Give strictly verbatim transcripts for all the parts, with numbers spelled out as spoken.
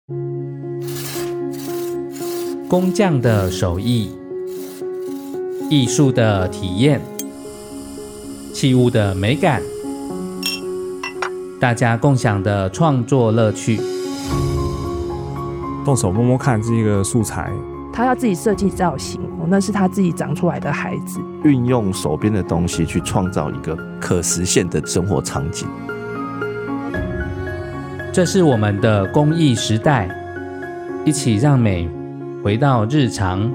工匠的手艺，艺术的体验，器物的美感，大家共享的创作乐趣。 动手摸摸看这个素材， 他要自己设计造型，那是他自己长出来的孩子。 运用手边的东西去创造一个可实现的生活场景。 这是我们的工艺时代，一起让美回到日常。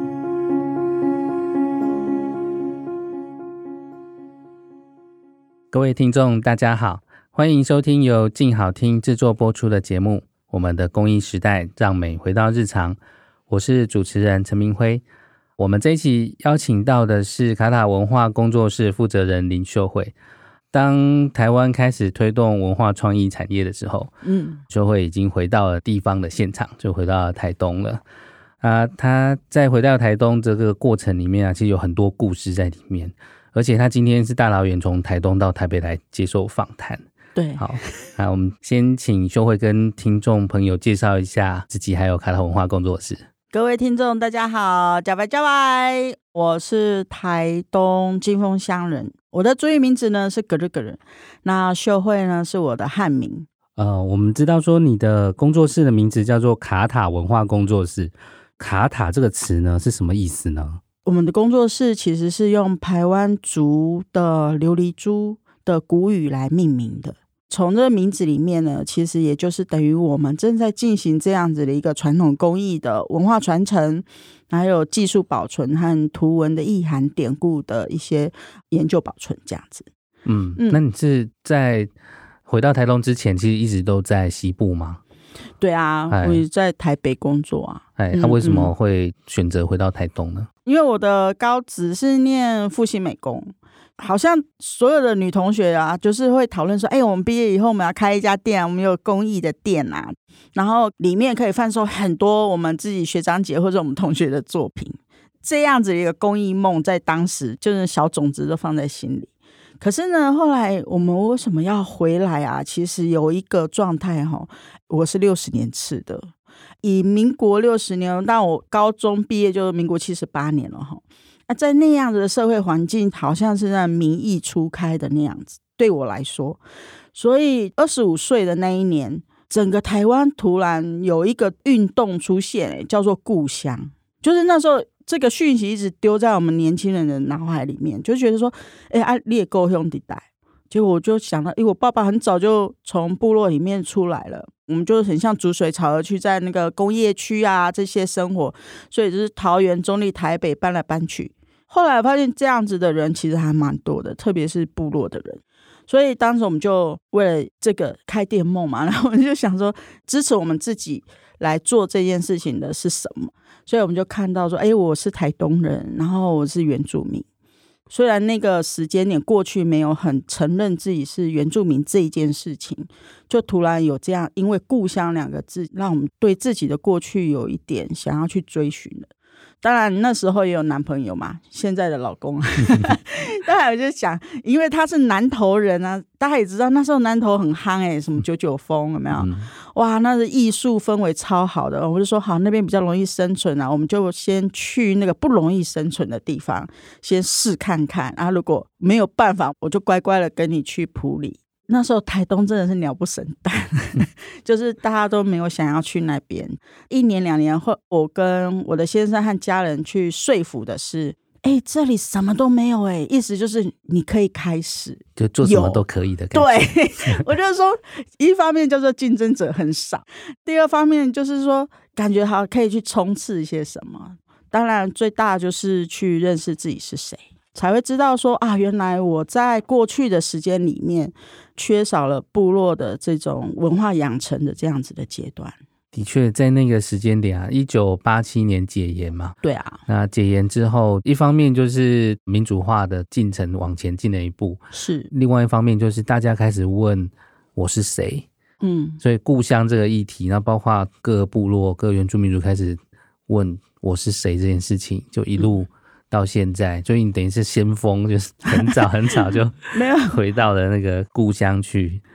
各位听众大家好，欢迎收听由静好听制作播出的节目《我们的工艺时代，让美回到日常》。我是主持人陈明辉。我们这一期邀请到的是卡塔文化工作室负责人林秀慧。当台湾开始推动文化创意产业的时候，嗯，秀慧已经回到了地方的现场，就回到了台东了。啊，他在回到台东这个过程里面啊，其实有很多故事在里面。而且他今天是大老远从台东到台北来接受访谈。 对， 好，那我们先请秀慧跟听众朋友介绍一下自己，还有卡塔文化工作室。 各位听众大家好，加拜加拜，我是台东金峰乡人，我的族语名字呢是格日格日，那秀慧呢是我的汉名。 呃，我们知道说你的工作室的名字叫做卡塔文化工作室，卡塔这个词呢是什么意思呢？ 我们的工作室其实是用排湾族的琉璃珠的古语来命名的。从这个名字里面呢，其实也就是等于我们正在进行这样子的一个传统工艺的文化传承，还有技术保存和图文的意涵典故的一些研究保存这样子。 嗯，嗯，那你是在回到台东之前，其实一直都在西部吗？ 对啊，我在台北工作啊。 哎，那、啊、为什么会选择回到台东呢？ 因为我的高职是念复兴美工，好像所有的女同学啊，就是会讨论说，哎、欸，我们毕业以后我们要开一家店，我们有工艺的店啊，然后里面可以贩售很多我们自己学长姐或者我们同学的作品。这样子的一个工艺梦，在当时就是小种子都放在心里。可是呢，后来我们为什么要回来啊？其实有一个状态哈，我是六十年次的，以民国六十年，但我高中毕业就是民国七十八年了哈。那在那样子的社会环境，好像是让民意初开的那样子，对我来说，所以二十五岁的那一年，整个台湾突然有一个运动出现，叫做故乡，就是那时候。这个讯息一直丢在我们年轻人的脑海里面，就觉得说，哎、欸，啊，你也够兄弟带。结果我就想到，因为我爸爸很早就从部落里面出来了，我们就很像逐水草而去，在那个工业区啊这些生活，所以就是桃园、中立、台北搬来搬去。后来发现这样子的人其实还蛮多的，特别是部落的人。所以当时我们就为了这个开店梦嘛，然后我们就想说，支持我们自己来做这件事情的是什么？所以我们就看到说，哎，我是台东人，然后我是原住民。虽然那个时间点过去没有很承认自己是原住民这一件事情，就突然有这样，因为故乡两个字，让我们对自己的过去有一点想要去追寻的。当然那时候也有男朋友嘛，现在的老公当然我就想，因为他是南投人啊，大家也知道那时候南投很夯哎、欸，什么九九风有没有、嗯、哇，那是艺术氛围超好的。我就说好，那边比较容易生存啊，我们就先去那个不容易生存的地方先试看看啊，如果没有办法我就乖乖的跟你去埔里。那时候台东真的是鸟不生蛋就是大家都没有想要去那边。一年两年后，我跟我的先生和家人去说服的是，哎、欸，这里什么都没有哎、欸，意思就是你可以开始， 就做什么都可以的感觉。对，我就说，一方面叫做竞争者很少，第二方面就是说，感觉好可以去冲刺一些什么。当然，最大就是去认识自己是谁。才会知道说啊，原来我在过去的时间里面缺少了部落的这种文化养成的这样子的阶段。 的确，在那个时间点啊，一九八七年解严嘛， 对啊， 那解严之后，一方面就是民主化的进程往前进了一步， 是； 另外一方面就是大家开始问我是谁，嗯，所以故乡这个议题，那包括各个部落、各个原住民族开始问我是谁这件事情，就一路、嗯。到现在，所以你等于是先锋，就是很早很早就没有回到了那个故乡去。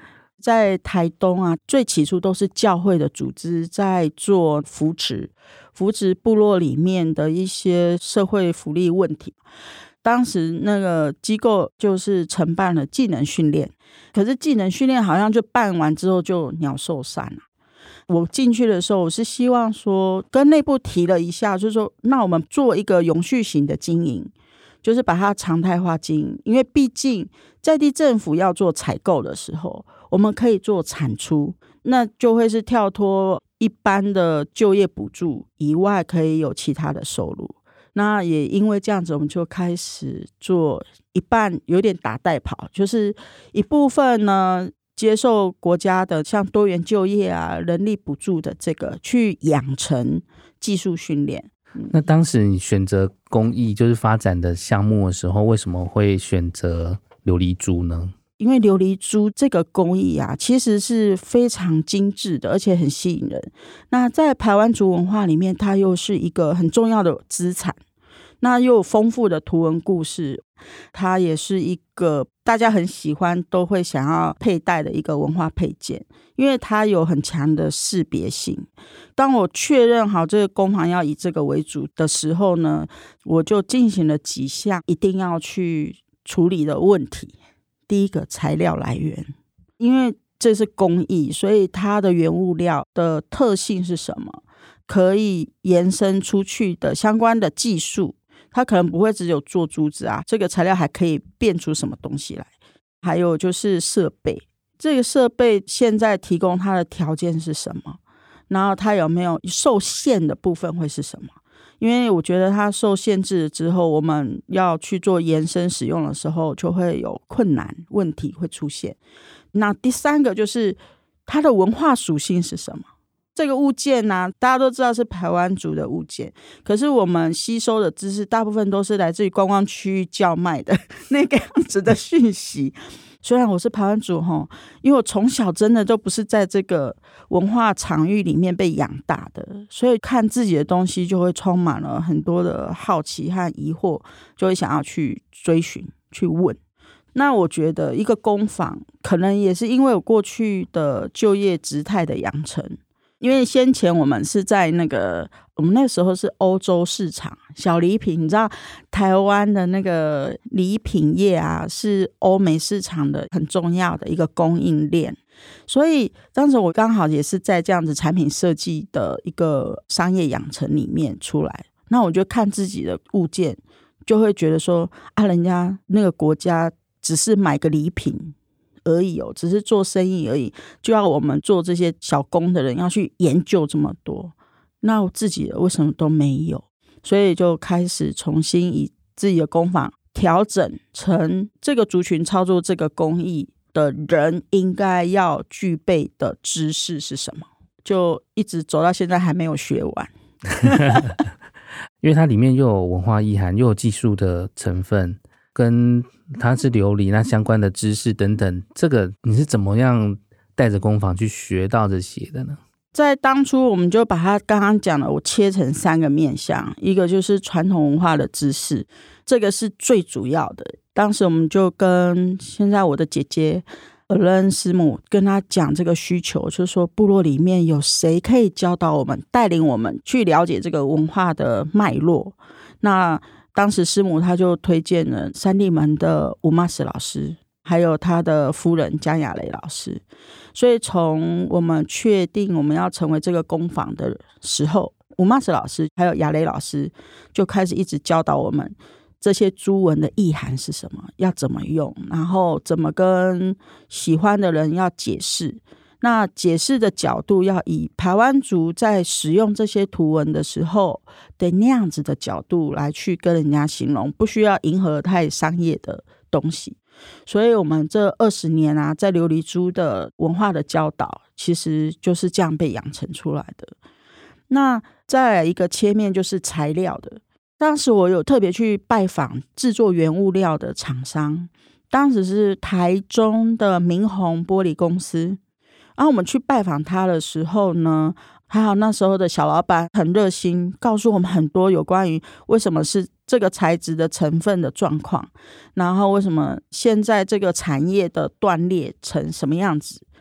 在台东啊，最起初都是教会的组织在做扶持扶持部落里面的一些社会福利问题。当时那个机构就是承办了技能训练，可是技能训练好像就办完之后就鸟兽散了。我进去的时候，我是希望说跟内部提了一下，就是说那我们做一个永续型的经营，就是把它常态化经营。因为毕竟在地政府要做采购的时候，我们可以做产出，那就会是跳脱一般的就业补助以外，可以有其他的收入。那也因为这样子，我们就开始做一半有点打带跑，就是一部分呢接受国家的像多元就业啊、人力补助的这个去养成技术训练。嗯、 那当时你选择公益就是发展的项目的时候，为什么会选择琉璃珠呢？ 因为琉璃珠这个工艺啊，其实是非常精致的，而且很吸引人。那在排湾族文化里面，它又是一个很重要的资产，那又有丰富的图文故事，它也是一个大家很喜欢都会想要佩戴的一个文化配件，因为它有很强的识别性。当我确认好这个工坊要以这个为主的时候呢，我就进行了几项一定要去处理的问题。第一个，材料来源，因为这是工艺，所以它的原物料的特性是什么，可以延伸出去的相关的技术，它可能不会只有做珠子啊，这个材料还可以变出什么东西来。还有就是设备，这个设备现在提供它的条件是什么，然后它有没有受限的部分会是什么。因为我觉得它受限制之后，我们要去做延伸使用的时候就会有困难问题会出现。那第三个就是它的文化属性是什么。这个物件呢、啊，大家都知道是排湾族的物件，可是我们吸收的知识大部分都是来自于观光区域叫卖的那个样子的讯息。虽然我是排湾族，因为我从小真的都不是在这个文化场域里面被养大的，所以看自己的东西就会充满了很多的好奇和疑惑，就会想要去追寻去问。那我觉得一个工坊可能也是因为我过去的就业职态的养成，因为先前我们是在那个我们那时候是欧洲市场小礼品，你知道台湾的那个礼品业啊是欧美市场的很重要的一个供应链，所以当时我刚好也是在这样子产品设计的一个商业养成里面出来。那我就看自己的物件就会觉得说啊，人家那个国家只是买个礼品而已哦，只是做生意而已，就要我们做这些小工的人要去研究这么多，那我自己为什么都没有？所以就开始重新以自己的工坊调整成这个族群操作这个工艺的人应该要具备的知识是什么，就一直走到现在还没有学完。 因为它里面又有文化意涵，又有技术的成分，跟它是琉璃那相关的知识等等，这个你是怎么样带着工坊去学到这些的呢？ 在当初我们就把它刚刚讲了，我切成三个面向，一个就是传统文化的知识，这个是最主要的。当时我们就跟现在我的姐姐尔恩师母跟她讲这个需求，就是说部落里面有谁可以教导我们，带领我们去了解这个文化的脉络。那当时师母她就推荐了三地门的吴马斯老师，还有他的夫人江雅雷老师。所以从我们确定我们要成为这个工坊的时候，吴马斯老师还有雅雷老师就开始一直教导我们这些珠纹的意涵是什么，要怎么用，然后怎么跟喜欢的人要解释。那解释的角度要以排湾族在使用这些图文的时候的那样子的角度来去跟人家形容，不需要迎合太商业的东西。所以我们这二十年啊，在琉璃珠的文化的教导其实就是这样被养成出来的。那再来一个切面就是材料的，当时我有特别去拜访制作原物料的厂商，当时是台中的明宏玻璃公司。然后我们去拜访他的时候呢，还好那时候的小老板很热心，告诉我们很多有关于为什么是这个材质的成分的状况，然后为什么现在这个产业的断裂成什么样子，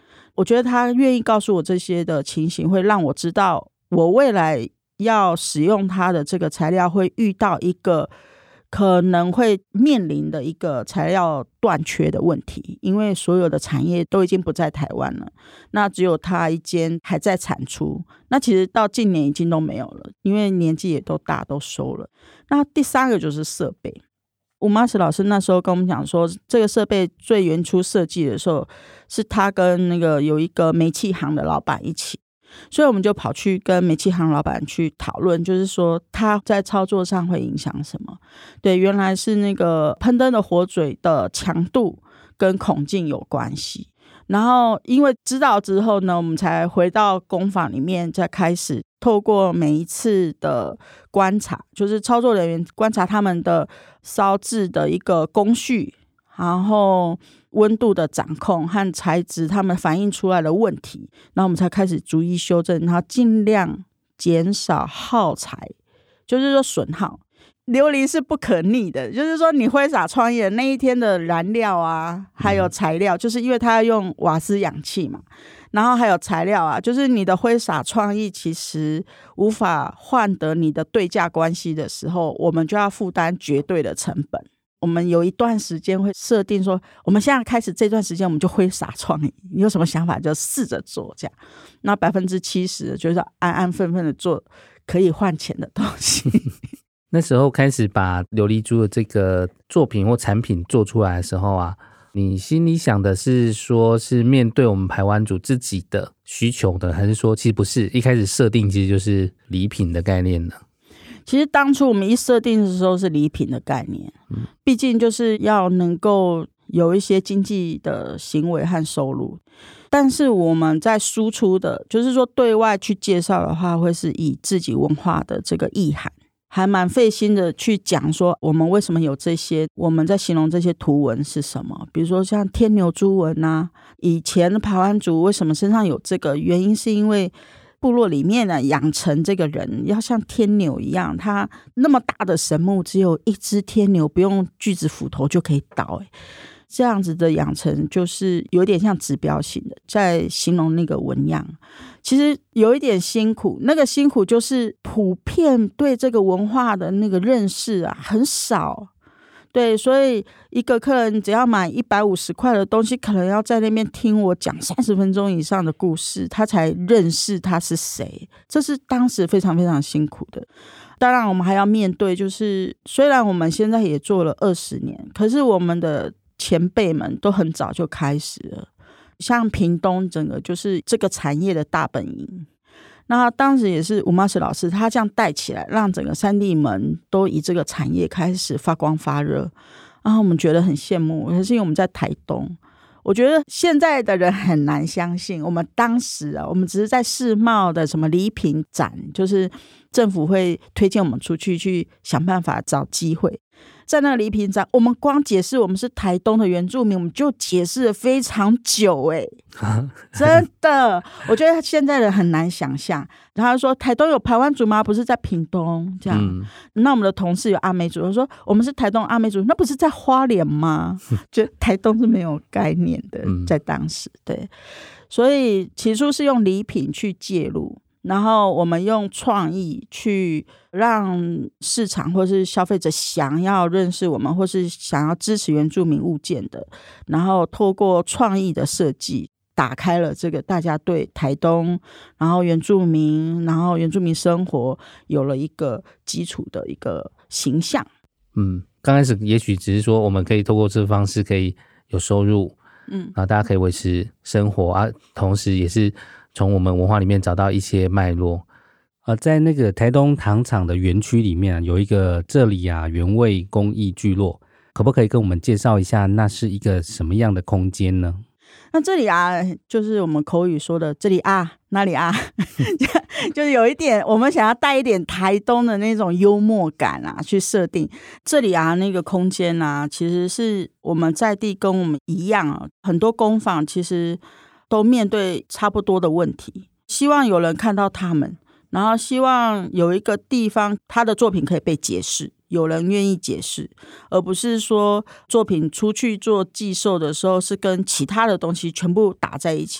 我觉得他愿意告诉我这些的情形，会让我知道我未来要使用它的这个材料会遇到一个可能会面临的一个材料断缺的问题，因为所有的产业都已经不在台湾了，那只有他一间还在产出，那其实到近年已经都没有了，因为年纪也都大都收了。那第三个就是设备，吴马斯老师那时候跟我们讲说，这个设备最原初设计的时候是他跟那个有一个煤气行的老板一起，所以我们就跑去跟煤气行老板去讨论，就是说他在操作上会影响什么。对，原来是那个喷灯的火嘴的强度跟孔径有关系。然后因为知道之后呢，我们才回到工坊里面，再开始透过每一次的观察，就是操作人员观察他们的烧制的一个工序，然后温度的掌控和材质他们反映出来的问题，然后我们才开始逐一修正，然后尽量减少耗材，就是说损耗。琉璃是不可逆的，就是说你挥洒创意的那一天的燃料啊，还有材料，就是因为它要用瓦斯氧气嘛，然后还有材料啊，就是你的挥洒创意其实无法换得你的对价关系的时候，我们就要负担绝对的成本。我们有一段时间会设定说，我们现在开始这段时间我们就挥洒创意，你有什么想法就试着做，这样。那百分之七十就是安安分分的做可以换钱的东西。 那时候开始把琉璃珠的这个作品或产品做出来的时候啊，你心里想的是说是面对我们排湾族自己的需求的，还是说其实不是，一开始设定其实就是礼品的概念呢？ 其实当初我们一设定的时候是礼品的概念，嗯，毕竟就是要能够有一些经济的行为和收入，但是我们在输出的，就是说对外去介绍的话，会是以自己文化的这个意涵，还蛮费心的去讲说我们为什么有这些，我们在形容这些图文是什么，比如说像天牛珠纹啊，以前的排湾族为什么身上有这个，原因是因为部落里面呢，养成这个人要像天牛一样，他那么大的神木只有一只天牛，不用锯子斧头就可以倒，这样子的养成就是有点像指标性的，在形容那个纹样，其实有一点辛苦，那个辛苦就是普遍对这个文化的那个认识啊很少。对，所以一个客人只要买一百五十块的东西，可能要在那边听我讲三十分钟以上的故事，他才认识他是谁，这是当时非常非常辛苦的。当然我们还要面对，就是虽然我们现在也做了二十年，可是我们的前辈们都很早就开始了，像屏东整个就是这个产业的大本营，那当时也是吴马斯老师他这样带起来，让整个三地门都以这个产业开始发光发热，然后我们觉得很羡慕，可是因为我们在台东，我觉得现在的人很难相信，我们当时啊，我们只是在世贸的什么礼品展，就是政府会推荐我们出去去想办法找机会，在那个礼品展，我们光解释我们是台东的原住民，我们就解释了非常久，哎、欸，真的，我觉得现在人很难想象。然后说台东有排湾族吗？不是在屏东这样、嗯。那我们的同事有阿美族，他说我们是台东阿美族，那不是在花莲吗？就台东是没有概念的，在当时对，所以起初是用礼品去介入。然后我们用创意去让市场或是消费者想要认识我们，或是想要支持原住民物件的，然后透过创意的设计打开了这个大家对台东然后原住民然后原住民生活有了一个基础的一个形象。 嗯，刚开始也许只是说我们可以透过这个方式可以有收入，嗯，然后大家可以维持生活啊，同时也是从我们文化里面找到一些脉络。呃，在那个台东糖厂的园区里面、啊、有一个这里啊原味工艺聚落，可不可以跟我们介绍一下那是一个什么样的空间呢？ 那这里啊就是我们口语说的这里啊那里啊就是有一点我们想要带一点台东的那种幽默感啊去设定这里啊那个空间啊，其实是我们在地跟我们一样啊，很多工坊其实都面对差不多的问题，希望有人看到他们，然后希望有一个地方他的作品可以被解释，有人愿意解释，而不是说作品出去做寄售的时候是跟其他的东西全部打在一起，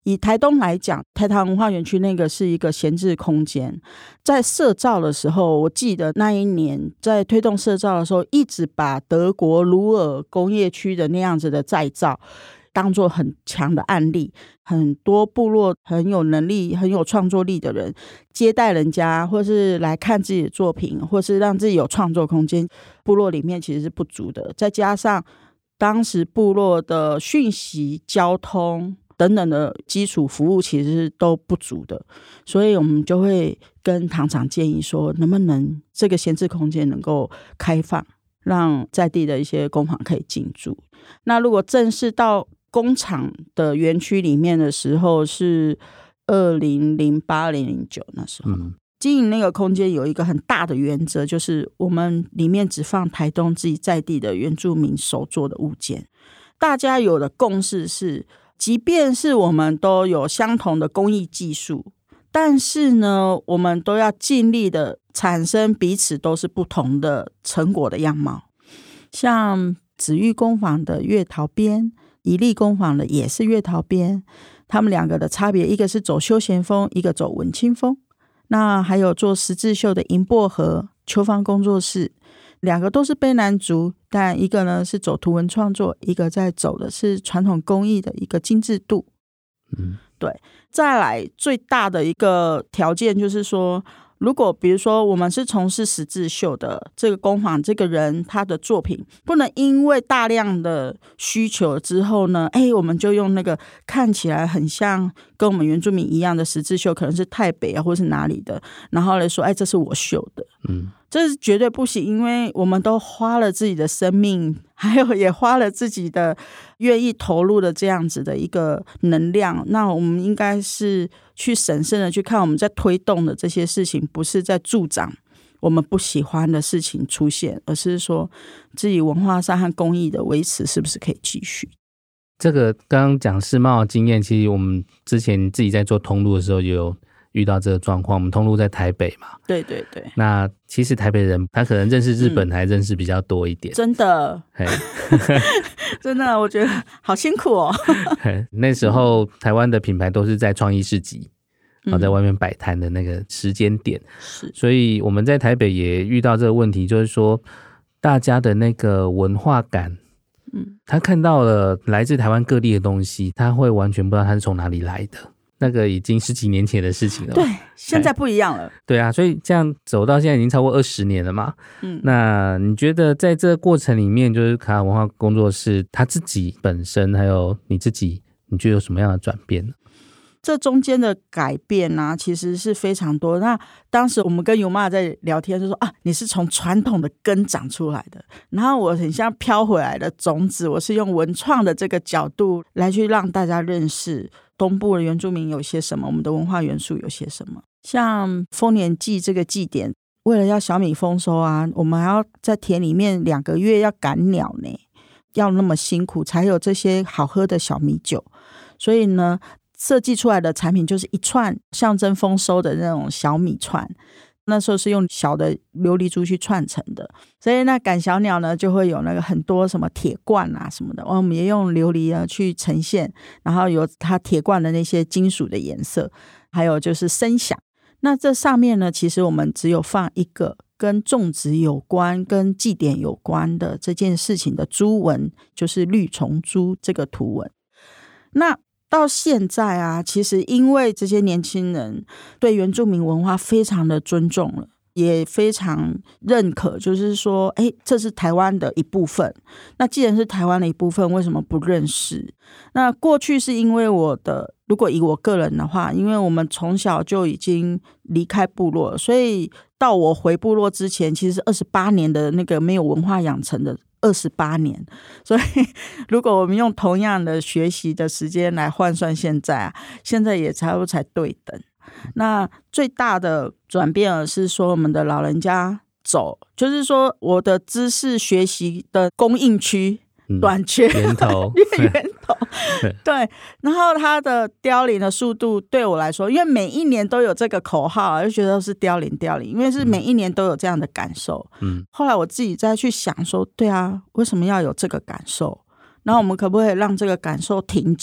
以台东来讲，台糖文化园区那个是一个闲置空间，在社造的时候，我记得那一年在推动社造的时候，一直把德国鲁尔工业区的那样子的再造当作很强的案例，很多部落很有能力很有创作力的人接待人家，或是来看自己的作品，或是让自己有创作空间，部落里面其实是不足的，再加上当时部落的讯息交通等等的基础服务其实是都不足的，所以我们就会跟糖厂建议说，能不能这个闲置空间能够开放，让在地的一些工坊可以进驻。那如果正式到工厂的园区里面的时候，是二零零八、二零零九那时候、嗯、经营那个空间有一个很大的原则，就是我们里面只放台东自己在地的原住民手做的物件。大家有的共识是，即便是我们都有相同的工艺技术，但是呢，我们都要尽力的产生彼此都是不同的成果的样貌。像紫玉工坊的月桃边，宜丽工坊的也是月桃边，他们两个的差别，一个是走休闲风，一个走文青风。那还有做十字绣的银薄荷秋芳工作室，两个都是卑南族，但一个呢是走图文创作，一个在走的是传统工艺的一个精致度。嗯，对。再来最大的一个条件就是说，如果比如说我们是从事十字绣的这个工坊，这个人他的作品不能因为大量的需求之后呢，哎，我们就用那个看起来很像跟我们原住民一样的十字绣，可能是泰北啊或是哪里的，然后来说，哎，这是我绣的。嗯，这是绝对不行，因为我们都花了自己的生命，还有也花了自己的愿意投入的这样子的一个能量，那我们应该是去审慎的去看我们在推动的这些事情，不是在助长我们不喜欢的事情出现，而是说自己文化上和工艺的维持是不是可以继续。 这个刚刚讲世贸的经验，其实我们之前自己在做通路的时候也有遇到这个状况。我们通路在台北嘛， 对对对， 那其实台北人他可能认识日本还认识比较多一点、嗯、 真的真的我觉得好辛苦哦那时候台湾的品牌都是在创意市集、嗯、然后在外面摆摊的那个时间点，是，所以我们在台北也遇到这个问题，就是说大家的那个文化感，嗯，他看到了来自台湾各地的东西，他会完全不知道他是从哪里来的，那个已经十几年前的事情了。 对，现在不一样了。 对啊，所以这样走到现在已经超过二十年了嘛。嗯，那你觉得在这个过程里面，就是卡卡文化工作室他自己本身，还有你自己，你觉得有什么样的转变呢？ 这中间的改变啊，其实是非常多。那当时我们跟尤妈在聊天，就说啊，你是从传统的根长出来的，然后我很像飘回来的种子，我是用文创的这个角度来去让大家认识东部的原住民有些什么，我们的文化元素有些什么。像丰年祭这个祭典，为了要小米丰收啊，我们还要在田里面两个月要赶鸟呢，要那么辛苦才有这些好喝的小米酒。所以呢，设计出来的产品就是一串象征丰收的那种小米串，那时候是用小的琉璃珠去串成的，所以那赶小鸟呢就会有那个很多什么铁罐啊什么的，我们也用琉璃呢去呈现，然后有它铁罐的那些金属的颜色，还有就是声响。那这上面呢，其实我们只有放一个跟种植有关跟祭典有关的这件事情的珠纹，就是绿虫珠这个图文。那到现在啊，其实因为这些年轻人对原住民文化非常的尊重了，也非常认可，就是说哎，这是台湾的一部分，那既然是台湾的一部分，为什么不认识？那过去是因为我的，如果以我个人的话，因为我们从小就已经离开部落，所以到我回部落之前，其实是二十八年的那个没有文化养成的二十八年，所以如果我们用同样的学习的时间来换算现在啊，现在也差不多才对等。那最大的转变是说我们的老人家走，就是说我的知识学习的供应区短缺、嗯、源头源头对，然后它的凋零的速度对我来说，因为每一年都有这个口号，就觉得是凋零凋零，因为是每一年都有这样的感受。嗯，后来我自己再去想说，对啊，为什么要有这个感受？然后我们可不可以让这个感受停止？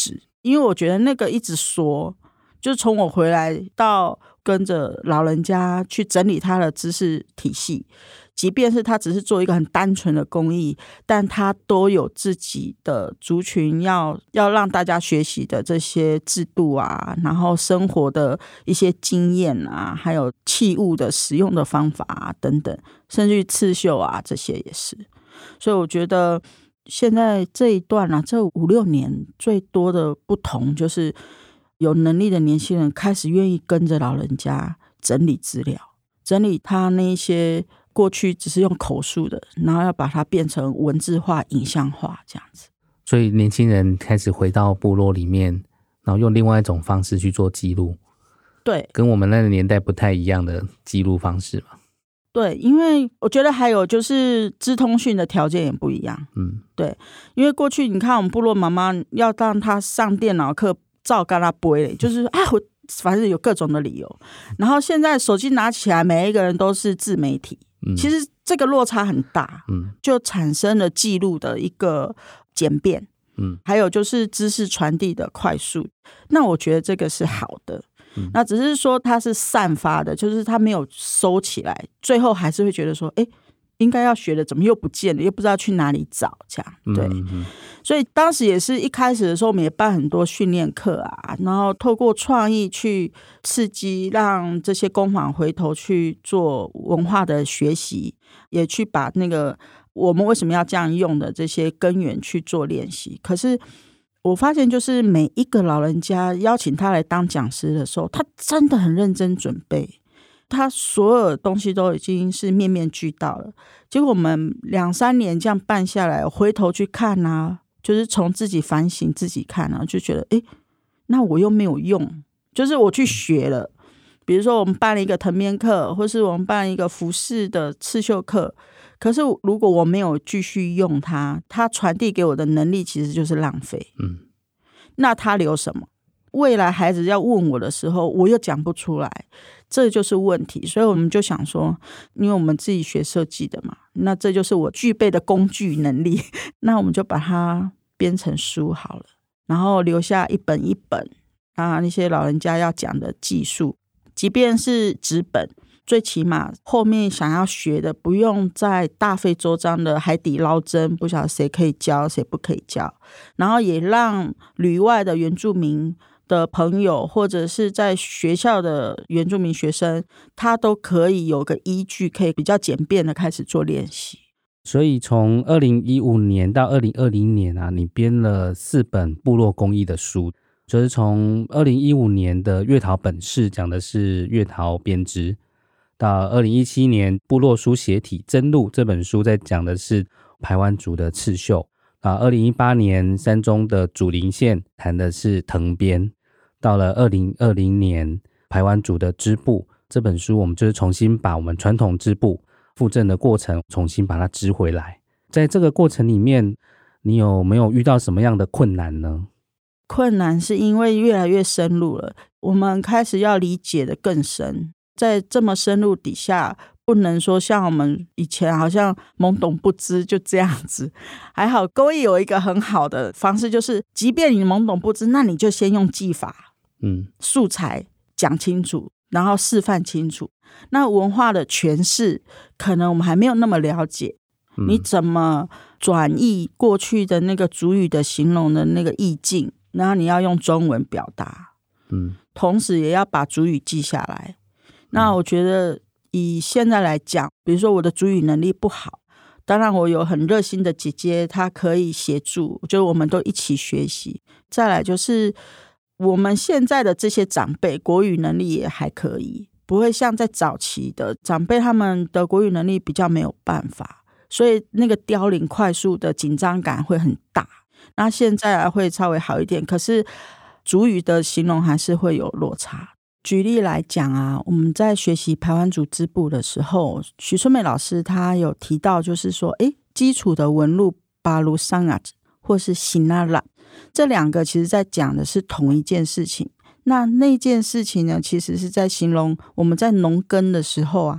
因为我觉得那个一直说，就是从我回来到跟着老人家去整理他的知识体系，即便是他只是做一个很单纯的公益，但他都有自己的族群要要让大家学习的这些制度啊，然后生活的一些经验啊，还有器物的使用的方法啊等等，甚至于刺绣啊这些也是。所以我觉得现在这一段啊，这五六年最多的不同就是有能力的年轻人开始愿意跟着老人家整理资料，整理他那些过去只是用口述的，然后要把它变成文字化、影像化这样子。 所以年轻人开始回到部落里面，然后用另外一种方式去做记录， 对， 跟我们那个年代不太一样的记录方式嘛。 对，因为我觉得还有就是资通讯的条件也不一样。 嗯， 对，因为过去你看我们部落妈妈要让她上电脑课，照跟她背，就是啊，我反正有各种的理由。然后现在手机拿起来，每一个人都是自媒体，嗯、其实这个落差很大，嗯，就产生了记录的一个简便，嗯，还有就是知识传递的快速。那我觉得这个是好的。那只是说它是散发的，就是它没有收起来，最后还是会觉得说，哎，应该要学的怎么又不见了，又不知道去哪里找，这样对。嗯嗯，所以当时也是一开始的时候，我们也办很多训练课啊，然后透过创意去刺激，让这些工坊回头去做文化的学习，也去把那个我们为什么要这样用的这些根源去做练习。可是我发现就是每一个老人家邀请他来当讲师的时候，他真的很认真准备，他所有的东西都已经是面面俱到了。结果我们两三年这样办下来，回头去看啊，就是从自己反省自己看啊，就觉得诶，那我又没有用，就是我去学了，比如说我们办了一个藤编课，或是我们办了一个服饰的刺绣课，可是如果我没有继续用它，它传递给我的能力其实就是浪费。嗯，那它留什么？未来孩子要问我的时候，我又讲不出来，这就是问题。所以我们就想说，因为我们自己学设计的嘛，那这就是我具备的工具能力，那我们就把它编成书好了，然后留下一本一本啊，那些老人家要讲的技术，即便是纸本，最起码后面想要学的不用再大费周章的海底捞针，不晓得谁可以教谁不可以教，然后也让旅外的原住民的朋友或者是在学校的原住民学生，他都可以有个依据，可以比较简便的开始做练习。 所以从二零一五年到二零二零年啊，你编了四本部落工艺的书，就是从二零一五年的月桃本事讲的是月桃编织，到二零一七年部落书写体真录这本书在讲的是排湾族的刺绣，到二零一八年山中的祖灵线谈的是藤编，到了二零二零年排湾族的织布这本书，我们就是重新把我们传统织布复振的过程重新把它织回来。在这个过程里面，你有没有遇到什么样的困难呢？ 困难是因为越来越深入了，我们开始要理解的更深，在这么深入底下，不能说像我们以前好像懵懂不知就这样子。还好工艺有一个很好的方式，就是即便你懵懂不知，那你就先用技法，嗯，素材讲清楚，然后示范清楚。那文化的诠释可能我们还没有那么了解，嗯，你怎么转译过去的那个族语的形容的那个意境，然后你要用中文表达，嗯，同时也要把族语记下来。那我觉得以现在来讲，比如说我的族语能力不好，当然我有很热心的姐姐，她可以协助，就我们都一起学习。再来就是我们现在的这些长辈国语能力也还可以，不会像在早期的长辈他们的国语能力比较没有办法，所以那个凋零快速的紧张感会很大。那现在会稍微好一点，可是族语的形容还是会有落差。举例来讲啊，我们在学习排湾族织布的时候，许春美老师他有提到，就是说，诶，基础的纹路巴鲁桑啊，或是西纳拉，这两个其实在讲的是同一件事情。那那件事情呢，其实是在形容我们在农耕的时候啊，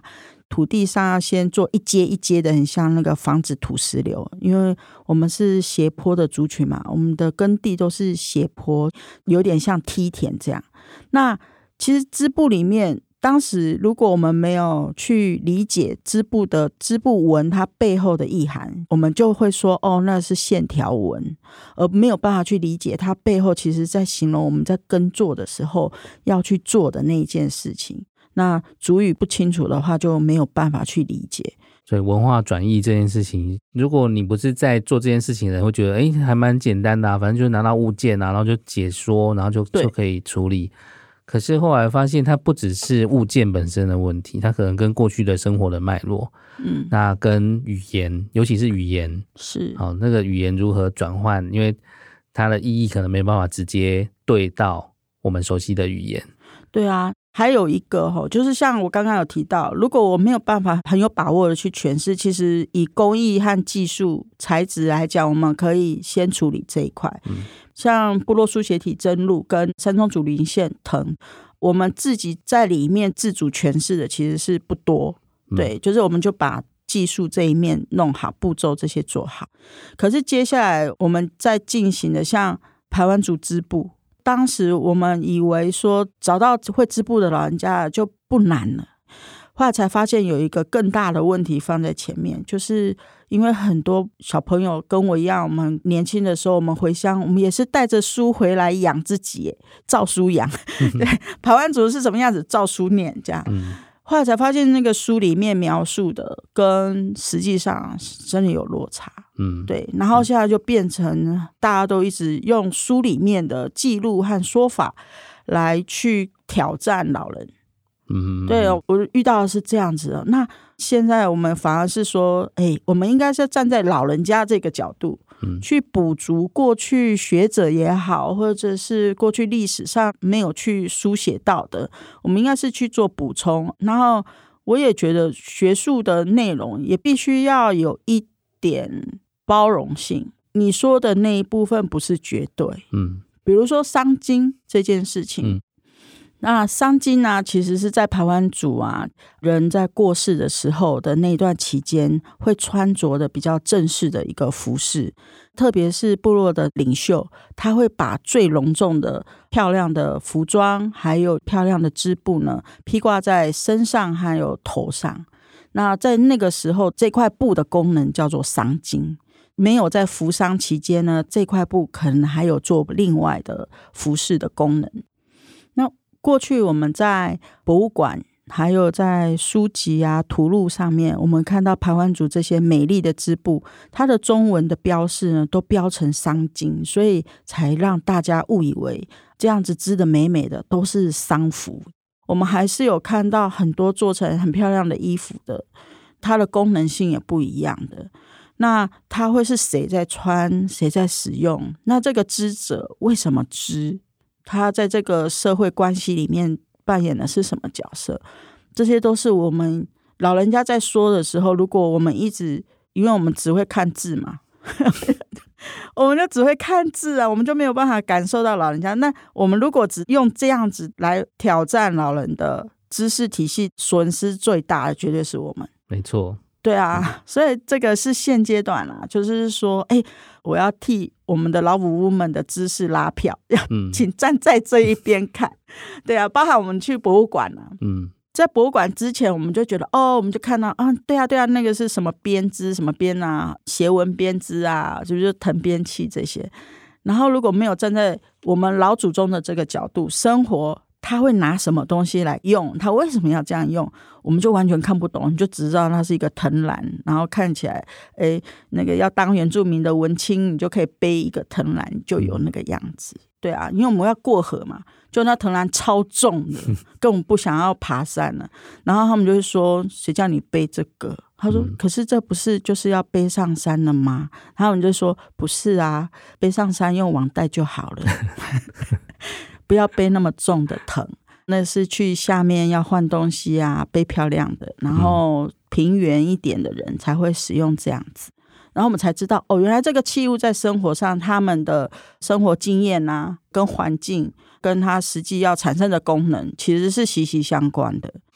土地上要先做一阶一阶的，很像那个防止土石流，因为我们是斜坡的族群嘛，我们的耕地都是斜坡，有点像梯田这样。那其实织布里面，当时如果我们没有去理解织布的织布纹它背后的意涵，我们就会说哦，那是线条纹，而没有办法去理解它背后其实在形容我们在耕作的时候要去做的那一件事情。那族语不清楚的话，就没有办法去理解。 所以文化转译这件事情，如果你不是在做这件事情的人，会觉得哎，还蛮简单的啊，反正就拿到物件啊，然后就解说，然后就就可以处理。可是后来发现，它不只是物件本身的问题，它可能跟过去的生活的脉络，嗯，那跟语言，尤其是语言， 是好、哦、那个语言如何转换，因为它的意义可能没办法直接对到我们熟悉的语言。 对啊，还有一个吼，就是像我刚刚有提到，如果我没有办法很有把握的去诠释，其实以工艺和技术材质来讲，我们可以先处理这一块。嗯，像部落书写体真露跟山中竹林线藤，我们自己在里面自主诠释的其实是不多。对，就是我们就把技术这一面弄好，步骤这些做好。可是接下来我们在进行的像排湾族织布，当时我们以为说找到会织布的老人家就不难了，后来才发现有一个更大的问题放在前面，就是因为很多小朋友跟我一样，我们年轻的时候我们回乡，我们也是带着书回来养自己，照书养对，排湾族是什么样子照书念这样、嗯、后来才发现那个书里面描述的跟实际上真的有落差。嗯，对，然后现在就变成大家都一直用书里面的记录和说法来去挑战老人。嗯，对，我遇到的是这样子的。那现在我们反而是说，哎，我们应该是站在老人家这个角度，嗯，去补足过去学者也好，或者是过去历史上没有去书写到的，我们应该是去做补充。然后我也觉得学术的内容也必须要有一点包容性，你说的那一部分不是绝对。嗯，比如说丧金这件事情。嗯，那丧金呢、啊，其实是在排湾族啊人在过世的时候的那段期间会穿着的比较正式的一个服饰，特别是部落的领袖，他会把最隆重的漂亮的服装还有漂亮的织布呢披挂在身上还有头上。那在那个时候，这块布的功能叫做丧金，没有在服丧期间呢，这块布可能还有做另外的服饰的功能。那过去我们在博物馆还有在书籍啊图录上面，我们看到排湾族这些美丽的织布，它的中文的标示呢都标成丧金，所以才让大家误以为这样子织的美美的都是丧服。我们还是有看到很多做成很漂亮的衣服的，它的功能性也不一样的。那它会是谁在穿，谁在使用？那这个织者为什么织？他在这个社会关系里面扮演的是什么角色？这些都是我们老人家在说的时候，如果我们一直，因为我们只会看字嘛我们就只会看字啊，我们就没有办法感受到老人家。那我们如果只用这样子来挑战老人的知识体系，损失最大的绝对是我们。 没错， 对啊、嗯、所以这个是现阶段啦，就是说哎，我要替我们的老五屋们的知识拉票，嗯，请站在这一边看。对啊，包含我们去博物馆啊，嗯，在博物馆之前我们就觉得哦，我们就看到啊，对啊对啊，那个是什么编织什么编啊，斜纹编织啊，就是藤编器这些。然后如果没有站在我们老祖宗的这个角度生活，他会拿什么东西来用，他为什么要这样用，我们就完全看不懂，你就只知道它是一个藤篮，然后看起来诶，那个要当原住民的文青，你就可以背一个藤篮，就有那个样子。对啊，因为我们要过河嘛，就那藤篮超重的，根本不想要爬山了。然后他们就会说，谁叫你背这个？他说、嗯、可是这不是就是要背上山了吗？然后我们就说不是啊，背上山用网袋就好了不要背那么重的藤，那是去下面要换东西啊，背漂亮的，然后平原一点的人才会使用这样子。然后我们才知道哦，原来这个器物在生活上他们的生活经验啊，跟环境跟它实际要产生的功能其实是息息相关的。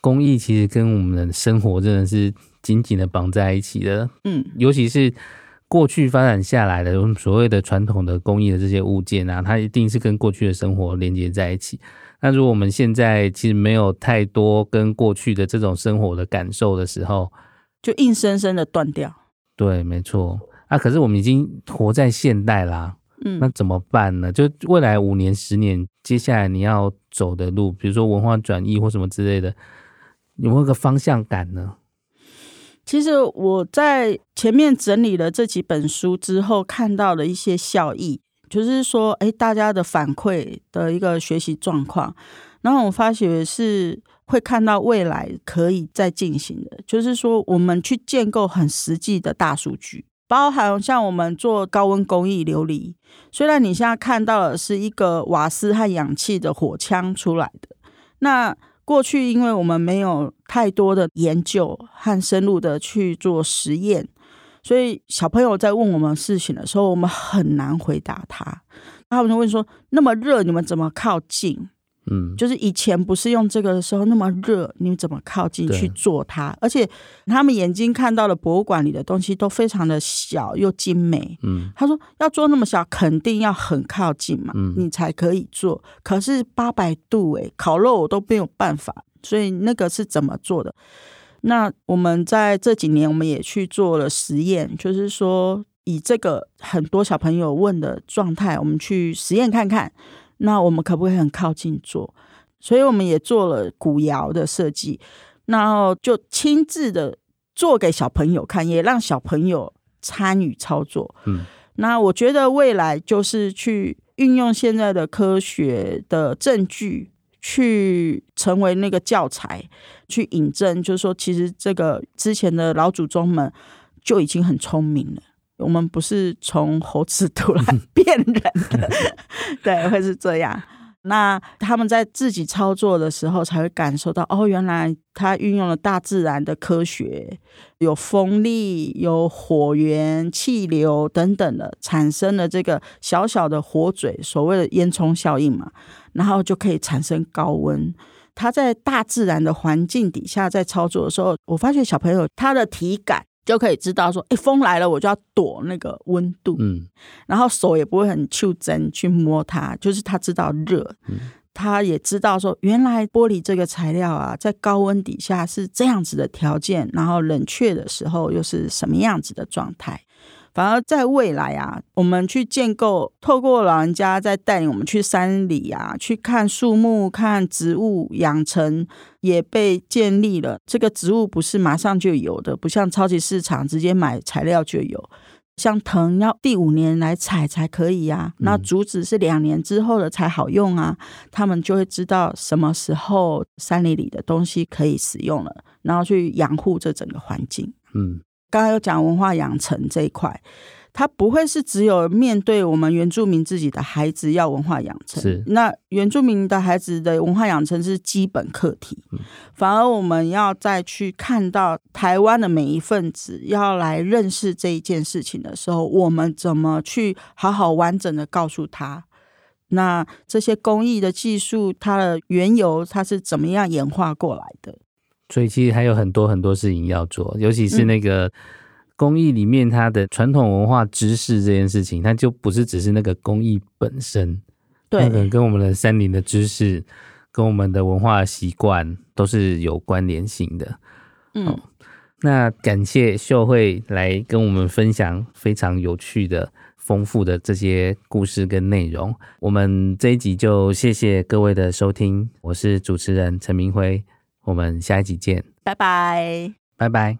工艺其实跟我们的生活真的是紧紧的绑在一起的。 嗯， 尤其是过去发展下来的我们所谓的传统的工艺的这些物件啊，它一定是跟过去的生活连接在一起。那如果我们现在其实没有太多跟过去的这种生活的感受的时候， 就硬生生的断掉。 对，没错啊。可是我们已经活在现代啦， 嗯， 那怎么办呢？就未来五年、十年，接下来你要走的路，比如说文化转移或什么之类的，有没有个方向感呢？ 其实我在前面整理了这几本书之后，看到了一些效益。就是说，哎，大家的反馈的一个学习状况，然后我发觉是会看到未来可以再进行的。就是说，我们去建构很实际的大数据，包含像我们做高温工艺琉璃，虽然你现在看到的是一个瓦斯和氧气的火枪出来的，那过去因为我们没有太多的研究和深入的去做实验，所以小朋友在问我们事情的时候，我们很难回答他。他们就问说，那么热你们怎么靠近？嗯，就是以前不是用这个的时候那么热，你们怎么靠近去做它？而且他们眼睛看到的博物馆里的东西都非常的小又精美。嗯，他说要做那么小，肯定要很靠近嘛，嗯、你才可以做。可是八百度哎、欸，烤肉我都没有办法，所以那个是怎么做的？那我们在这几年我们也去做了实验，就是说以这个很多小朋友问的状态，我们去实验看看，那我们可不可以很靠近做？所以我们也做了古窑的设计，然后就亲自的做给小朋友看，也让小朋友参与操作。嗯，那我觉得未来就是去运用现在的科学的证据，去成为那个教材，去引证，就是说其实这个之前的老祖宗们就已经很聪明了，我们不是从猴子突然变人的对，会是这样。那他们在自己操作的时候才会感受到，哦，原来他运用了大自然的科学，有风力，有火源、气流等等的，产生了这个小小的火嘴，所谓的烟囱效应嘛，然后就可以产生高温。他在大自然的环境底下在操作的时候，我发现小朋友他的体感就可以知道说，哎，风来了我就要躲那个温度，嗯，然后手也不会很揪针去摸它，就是他知道热，嗯，他也知道说原来玻璃这个材料啊，在高温底下是这样子的条件，然后冷却的时候又是什么样子的状态。反而在未来啊，我们去建构，透过老人家在带领我们去山里啊，去看树木、看植物养成也被建立了。这个植物不是马上就有的，不像超级市场直接买材料就有。像藤要第五年来采才可以啊，那竹子是两年之后的才好用啊，他们就会知道什么时候山里里的东西可以使用了，然后去养护这整个环境。嗯。刚刚有讲文化养成这一块，它不会是只有面对我们原住民自己的孩子要文化养成，是那原住民的孩子的文化养成是基本课题，嗯、反而我们要再去看到台湾的每一份子要来认识这一件事情的时候，我们怎么去好好完整的告诉他，那这些工艺的技术它的缘由它是怎么样演化过来的。 所以其实还有很多很多事情要做，尤其是那个工艺里面它的传统文化知识这件事情，它就不是只是那个工艺本身，对，可能跟我们的山林的知识跟我们的文化习惯都是有关联性的。嗯、哦，那感谢秀慧来跟我们分享非常有趣的丰富的这些故事跟内容。我们这一集就谢谢各位的收听，我是主持人陈明辉，我们下一集见， 拜拜， 拜拜。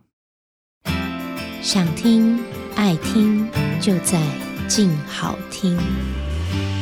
想听爱听就在静好听。